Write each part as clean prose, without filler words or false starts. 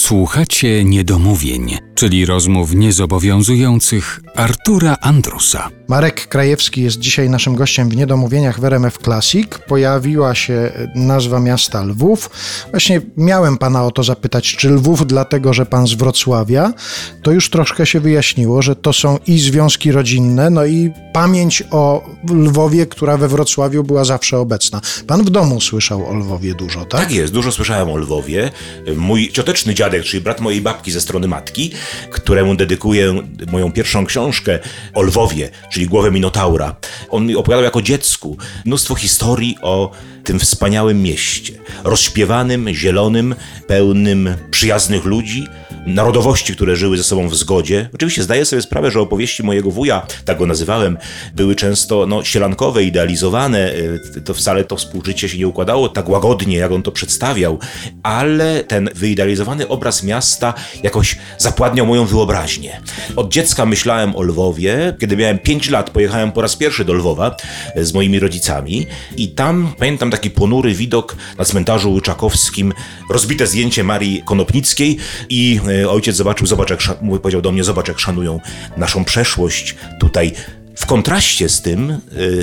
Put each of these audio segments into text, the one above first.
Słuchacie Niedomówień, czyli rozmów niezobowiązujących Artura Andrusa. Marek Krajewski jest dzisiaj naszym gościem w Niedomówieniach w RMF Classic. Pojawiła się nazwa miasta Lwów. Właśnie miałem pana o to zapytać, czy Lwów dlatego, że pan z Wrocławia. To już troszkę się wyjaśniło, że to są i związki rodzinne, no i pamięć o Lwowie, która we Wrocławiu była zawsze obecna. Pan w domu słyszał o Lwowie dużo, tak? Tak jest, dużo słyszałem o Lwowie. Mój cioteczny dziadek, czyli brat mojej babki ze strony matki, któremu dedykuję moją pierwszą książkę o Lwowie, czyli Głowę Minotaura. On mi opowiadał jako dziecku mnóstwo historii o tym wspaniałym mieście. Rozśpiewanym, zielonym, pełnym przyjaznych ludzi, narodowości, które żyły ze sobą w zgodzie. Oczywiście zdaję sobie sprawę, że opowieści mojego wuja, tak go nazywałem, były często sielankowe, idealizowane. To wcale to współżycie się nie układało tak łagodnie, jak on to przedstawiał, ale ten wyidealizowany obraz miasta jakoś zapładniał moją wyobraźnię. Od dziecka myślałem o Lwowie. Kiedy miałem 5 lat, pojechałem po raz pierwszy do Lwowa z moimi rodzicami i tam pamiętam taki ponury widok na cmentarzu łyczakowskim, rozbite zdjęcie Marii Konopnickiej i ojciec powiedział do mnie, zobacz jak szanują naszą przeszłość tutaj. W kontraście z tym,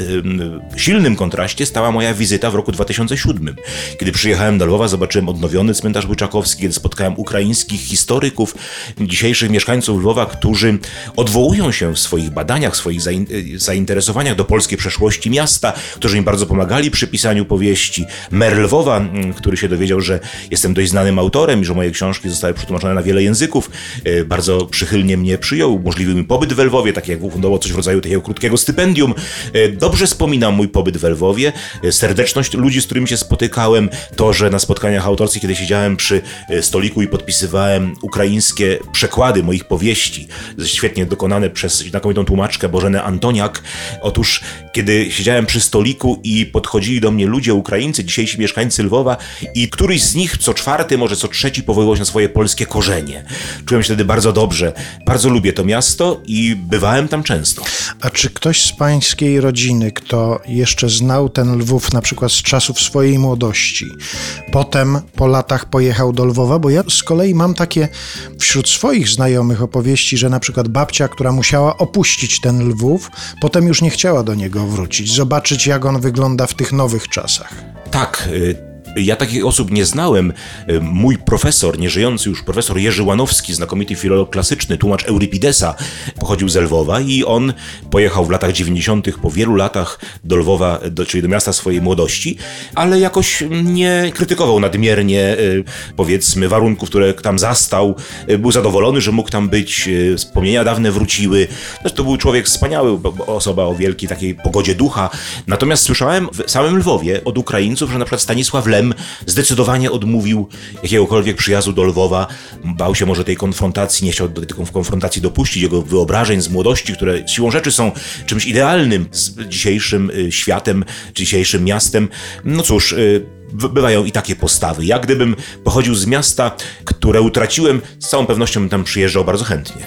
silnym kontraście, stała moja wizyta w roku 2007. Kiedy przyjechałem do Lwowa, zobaczyłem odnowiony cmentarz łyczakowski, kiedy spotkałem ukraińskich historyków, dzisiejszych mieszkańców Lwowa, którzy odwołują się w swoich badaniach, w swoich zainteresowaniach do polskiej przeszłości miasta, którzy mi bardzo pomagali przy pisaniu powieści. Mer Lwowa, który się dowiedział, że jestem dość znanym autorem i że moje książki zostały przetłumaczone na wiele języków, bardzo przychylnie mnie przyjął, umożliwił mi pobyt w Lwowie, tak jak ufundował coś w rodzaju takiego krótkiego stypendium. Dobrze wspominam mój pobyt w Lwowie, serdeczność ludzi, z którymi się spotykałem, to, że na spotkaniach autorskich, kiedy siedziałem przy stoliku i podpisywałem ukraińskie przekłady moich powieści, świetnie dokonane przez znakomitą tłumaczkę Bożenę Antoniak. Otóż, kiedy siedziałem przy stoliku i podchodzili do mnie ludzie Ukraińcy, dzisiejsi mieszkańcy Lwowa i któryś z nich co czwarty, może co trzeci powoływał się na swoje polskie korzenie. Czułem się wtedy bardzo dobrze. Bardzo lubię to miasto i bywałem tam często. A czy ktoś z pańskiej rodziny, kto jeszcze znał ten Lwów na przykład z czasów swojej młodości, potem po latach pojechał do Lwowa? Bo ja z kolei mam takie wśród swoich znajomych opowieści, że na przykład babcia, która musiała opuścić ten Lwów, potem już nie chciała do niego wrócić, zobaczyć jak on wygląda w tych nowych czasach. Tak, ja takich osób nie znałem. Mój profesor, nieżyjący już profesor Jerzy Łanowski, znakomity filolog klasyczny, tłumacz Euripidesa, pochodził z Lwowa i on pojechał w latach 90. po wielu latach do Lwowa, czyli do miasta swojej młodości, ale jakoś nie krytykował nadmiernie, powiedzmy, warunków, które tam zastał. Był zadowolony, że mógł tam być, wspomnienia dawne wróciły. To był człowiek wspaniały, osoba o wielkiej takiej pogodzie ducha. Natomiast słyszałem w samym Lwowie od Ukraińców, że na przykład Stanisław Lem zdecydowanie odmówił jakiegokolwiek przyjazdu do Lwowa. Bał się może tej konfrontacji, nie chciał do tej konfrontacji dopuścić, jego wyobrażeń z młodości, które siłą rzeczy są czymś idealnym z dzisiejszym światem, dzisiejszym miastem. No cóż, bywają i takie postawy. Ja gdybym pochodził z miasta, które utraciłem, z całą pewnością bym tam przyjeżdżał bardzo chętnie.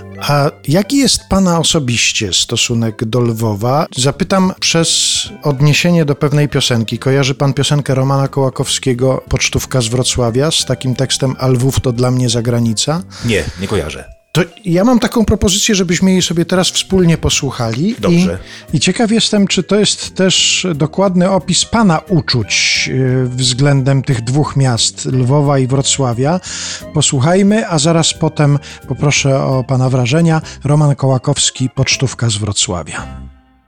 A jaki jest pana osobiście stosunek do Lwowa? Zapytam przez odniesienie do pewnej piosenki. Kojarzy pan piosenkę Romana Kołakowskiego Pocztówka z Wrocławia z takim tekstem A Lwów to dla mnie zagranica? Nie kojarzę. To ja mam taką propozycję, żebyśmy jej sobie teraz wspólnie posłuchali. Dobrze. I ciekaw jestem, czy to jest też dokładny opis pana uczuć względem tych dwóch miast, Lwowa i Wrocławia. Posłuchajmy, a zaraz potem poproszę o pana wrażenia. Roman Kołakowski, Pocztówka z Wrocławia.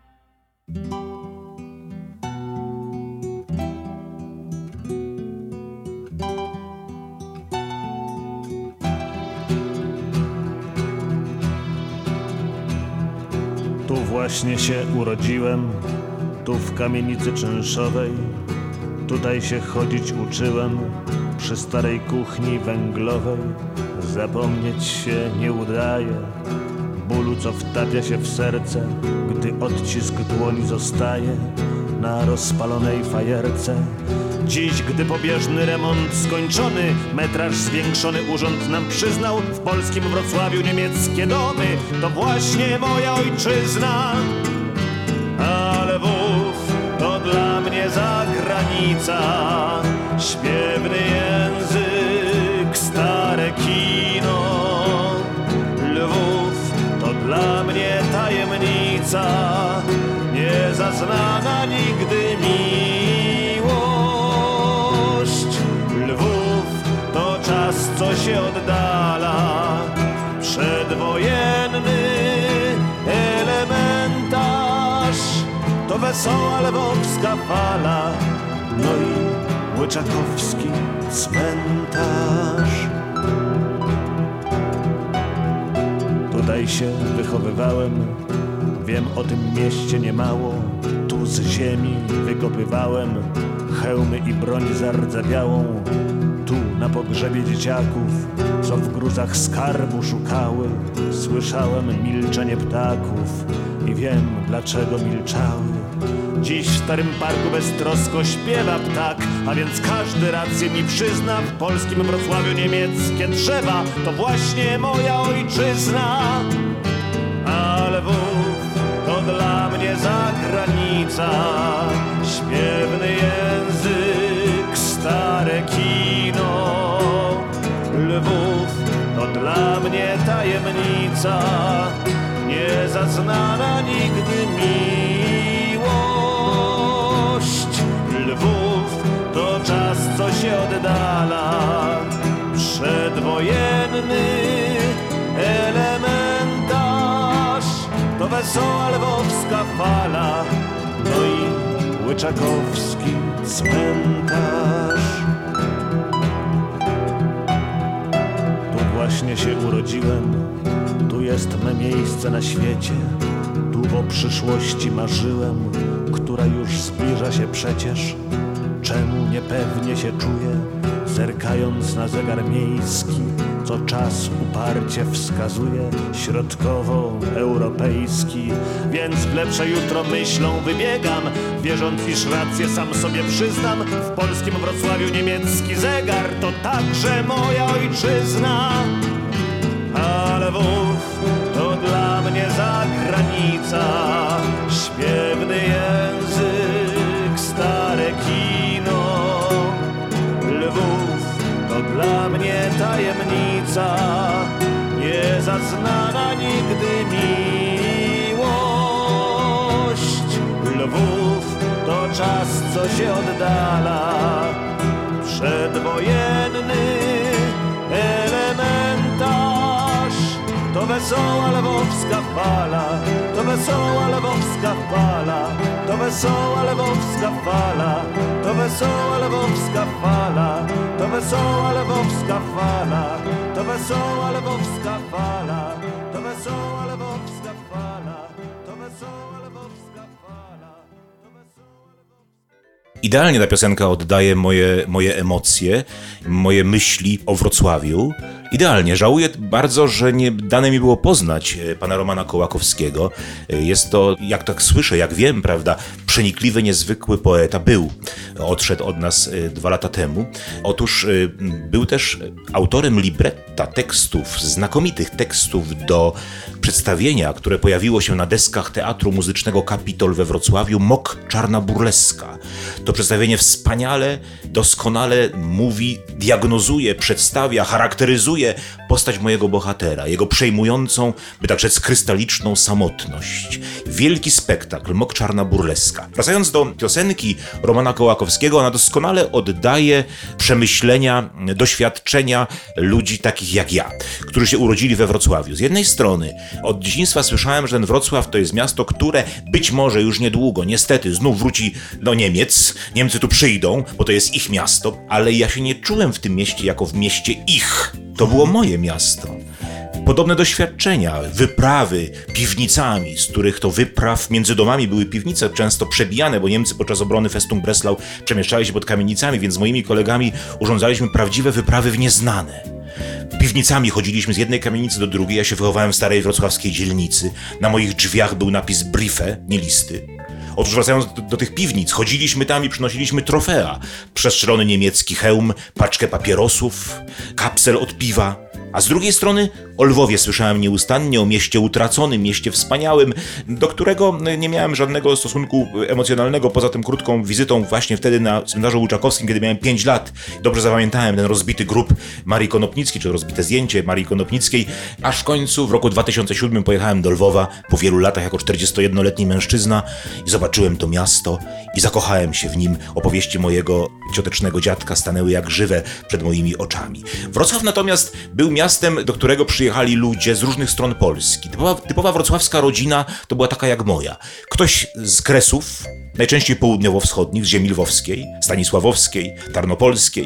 Tu właśnie się urodziłem, tu w kamienicy czynszowej. Tutaj się chodzić uczyłem, przy starej kuchni węglowej. Zapomnieć się nie udaje bólu, co wtapia się w serce, gdy odcisk dłoni zostaje na rozpalonej fajerce. Dziś, gdy pobieżny remont skończony, metraż zwiększony urząd nam przyznał, w polskim Wrocławiu niemieckie domy to właśnie moja ojczyzna. A Lwów to dla mnie zagranica, śpiewny język, stare stare kino. Lwów to dla mnie tajemnica, niezaznana nigdy miłość. Lwów to czas, co się oddala, przedwojenny elementarz. To wesoła lwowska fala, no i łyczakowski cmentarz. Tutaj się wychowywałem, wiem o tym mieście niemało. Tu z ziemi wykopywałem hełmy i broń zardzewiałą. Tu na pogrzebie dzieciaków, co w gruzach skarbu szukały, słyszałem milczenie ptaków i wiem, dlaczego milczały. Dziś w starym parku beztrosko śpiewa ptak, a więc każdy rację mi przyzna. W polskim Wrocławiu niemieckie drzewa to właśnie moja ojczyzna. A Lwów to dla mnie zagranica, śpiewny język, stare kino. Lwów to dla mnie tajemnica, niezaznana nigdy miłość. Lwów to czas, co się oddala, przedwojenny elementarz. To wesoła lwowska fala, no i łyczakowski cmentarz. Tu właśnie się urodziłem, tu jest me miejsce na świecie. Tu o przyszłości marzyłem, która już zbliża się przecież. Czemu niepewnie się czuję, zerkając na zegar miejski, co czas uparcie wskazuje, środkowoeuropejski. Więc w lepsze jutro myślą wybiegam, wierząc, iż rację sam sobie przyznam. W polskim Wrocławiu niemiecki zegar to także moja ojczyzna. A Lwów to dla mnie zagranica, śpiewny język, stare kino. Lwów to dla mnie tajemnica, niezaznana nigdy miłość. Lwów to czas, co się oddala, przedwojenny elementarz. To wesoła lwowska fala, to wesoła lwowska fala, to wesoła lwowska fala, to wesoła lwowska fala, to wesoła lwowska fala, to wesoła lwowska fala, to wesoła lwowska fala, to wesoła lwowska fala, to wesoła lwowska. Idealnie ta piosenka oddaje moje emocje, moje myśli o Wrocławiu. Idealnie. Żałuję bardzo, że nie dane mi było poznać pana Romana Kołakowskiego. Jest to, jak tak słyszę, jak wiem, prawda, przenikliwy, niezwykły poeta. Odszedł od nas 2 lata temu. Otóż był też autorem libretta tekstów, znakomitych tekstów do przedstawienia, które pojawiło się na deskach Teatru Muzycznego Kapitol we Wrocławiu, Mok Czarna Burleska. To przedstawienie wspaniale, doskonale mówi, diagnozuje, przedstawia, charakteryzuje postać mojego bohatera, jego przejmującą, by tak rzec, krystaliczną samotność. Wielki spektakl, Mok Czarna Burleska. Wracając do piosenki Romana Kołakowskiego, ona doskonale oddaje przemyślenia, doświadczenia ludzi takich jak ja, którzy się urodzili we Wrocławiu. Z jednej strony od dzieciństwa słyszałem, że ten Wrocław to jest miasto, które być może już niedługo, niestety, znów wróci do Niemiec. Niemcy tu przyjdą, bo to jest ich miasto, ale ja się nie czułem w tym mieście jako w mieście ich. To było moje miasto. Podobne doświadczenia, wyprawy piwnicami, z których to wypraw między domami były piwnice często przebijane, bo Niemcy podczas obrony Festung Breslau przemieszczali się pod kamienicami, więc z moimi kolegami urządzaliśmy prawdziwe wyprawy w nieznane. Piwnicami chodziliśmy z jednej kamienicy do drugiej, ja się wychowałem w starej wrocławskiej dzielnicy. Na moich drzwiach był napis Briefe, nie listy. Otóż wracając do tych piwnic, chodziliśmy tam i przynosiliśmy trofea. Przestrzelony niemiecki hełm, paczkę papierosów, kapsel od piwa. A z drugiej strony o Lwowie słyszałem nieustannie, o mieście utraconym, mieście wspaniałym, do którego nie miałem żadnego stosunku emocjonalnego, poza tym krótką wizytą właśnie wtedy na cmentarzu Łuczakowskim, kiedy miałem 5 lat. Dobrze zapamiętałem ten rozbity grób Marii Konopnickiej, czy rozbite zdjęcie Marii Konopnickiej, aż w końcu w roku 2007 pojechałem do Lwowa po wielu latach jako 41-letni mężczyzna i zobaczyłem to miasto i zakochałem się w nim. Opowieści mojego ciotecznego dziadka stanęły jak żywe przed moimi oczami. Wrocław natomiast był miastem, do którego przyjechali ludzie z różnych stron Polski. Typowa wrocławska rodzina to była taka jak moja. Ktoś z Kresów, najczęściej południowo-wschodnich, z ziemi lwowskiej, stanisławowskiej, tarnopolskiej,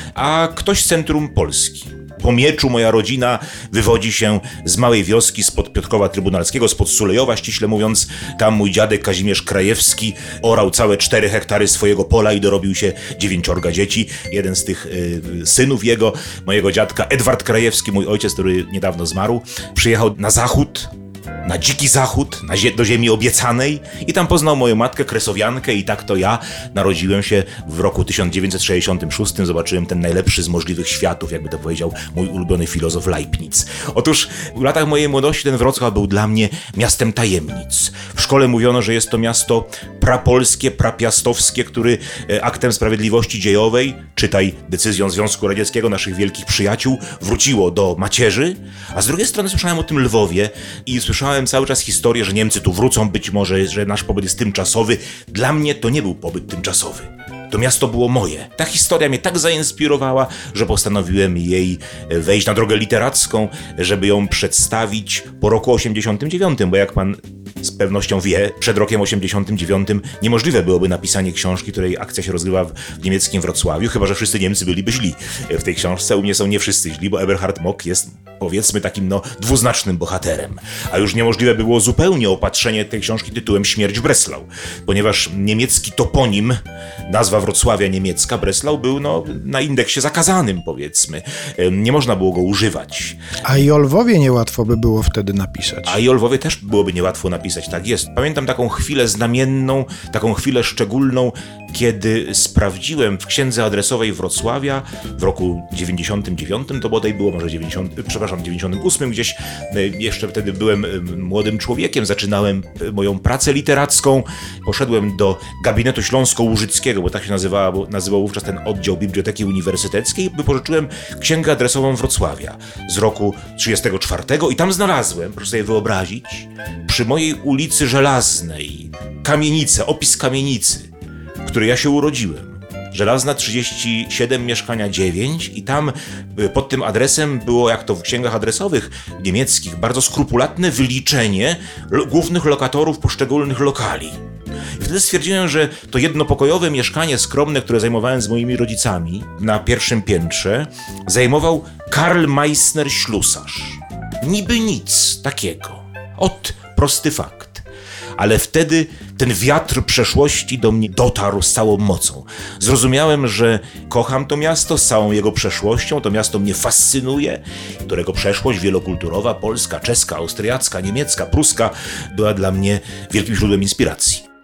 a ktoś z centrum Polski. Po Mieczu moja rodzina wywodzi się z małej wioski spod Piotrkowa Trybunalskiego, spod Sulejowa, ściśle mówiąc. Tam mój dziadek Kazimierz Krajewski orał całe 4 hektary swojego pola i dorobił się 9 dzieci. Jeden z tych synów mojego dziadka, Edward Krajewski, mój ojciec, który niedawno zmarł, przyjechał na zachód, na dziki zachód, do ziemi obiecanej i tam poznał moją matkę, kresowiankę i tak to ja narodziłem się w roku 1966, zobaczyłem ten najlepszy z możliwych światów, jakby to powiedział mój ulubiony filozof Leibniz. Otóż w latach mojej młodości ten Wrocław był dla mnie miastem tajemnic. W szkole mówiono, że jest to miasto prapolskie, prapiastowskie, który aktem sprawiedliwości dziejowej, czytaj decyzją Związku Radzieckiego, naszych wielkich przyjaciół, wróciło do macierzy, a z drugiej strony słyszałem o tym Lwowie i słyszałem cały czas historię, że Niemcy tu wrócą, być może, że nasz pobyt jest tymczasowy. Dla mnie to nie był pobyt tymczasowy. To miasto było moje. Ta historia mnie tak zainspirowała, że postanowiłem jej wejść na drogę literacką, żeby ją przedstawić po roku 89, bo jak pan z pewnością wie, przed rokiem 89 niemożliwe byłoby napisanie książki, której akcja się rozgrywa w niemieckim Wrocławiu, chyba że wszyscy Niemcy byliby źli w tej książce. U mnie są nie wszyscy źli, bo Eberhard Mock jest, powiedzmy, takim dwuznacznym bohaterem. A już niemożliwe było zupełnie opatrzenie tej książki tytułem Śmierć w Breslau, ponieważ niemiecki toponim, nazwa Wrocławia niemiecka, Breslau, był na indeksie zakazanym, powiedzmy. Nie można było go używać. A i o Lwowie niełatwo by było wtedy napisać. A i o Lwowie też byłoby niełatwo napisać, tak jest. Pamiętam taką chwilę znamienną, taką chwilę szczególną, kiedy sprawdziłem w księdze adresowej Wrocławia w roku 99, to bodaj było może 98 gdzieś, jeszcze wtedy byłem młodym człowiekiem, zaczynałem moją pracę literacką, poszedłem do gabinetu śląsko-łużyckiego, bo tak się nazywał wówczas ten oddział Biblioteki Uniwersyteckiej, wypożyczyłem księgę adresową Wrocławia z roku 34 i tam znalazłem, proszę sobie wyobrazić, przy mojej ulicy Żelaznej opis kamienicy, w której ja się urodziłem. Żelazna 37, mieszkania 9 i tam pod tym adresem było, jak to w księgach adresowych niemieckich, bardzo skrupulatne wyliczenie głównych lokatorów poszczególnych lokali. I wtedy stwierdziłem, że to jednopokojowe mieszkanie skromne, które zajmowałem z moimi rodzicami na pierwszym piętrze, zajmował Karl Meissner ślusarz. Niby nic takiego. Prosty fakt. Ale wtedy ten wiatr przeszłości do mnie dotarł z całą mocą. Zrozumiałem, że kocham to miasto z całą jego przeszłością, to miasto mnie fascynuje, którego przeszłość wielokulturowa, polska, czeska, austriacka, niemiecka, pruska była dla mnie wielkim źródłem inspiracji.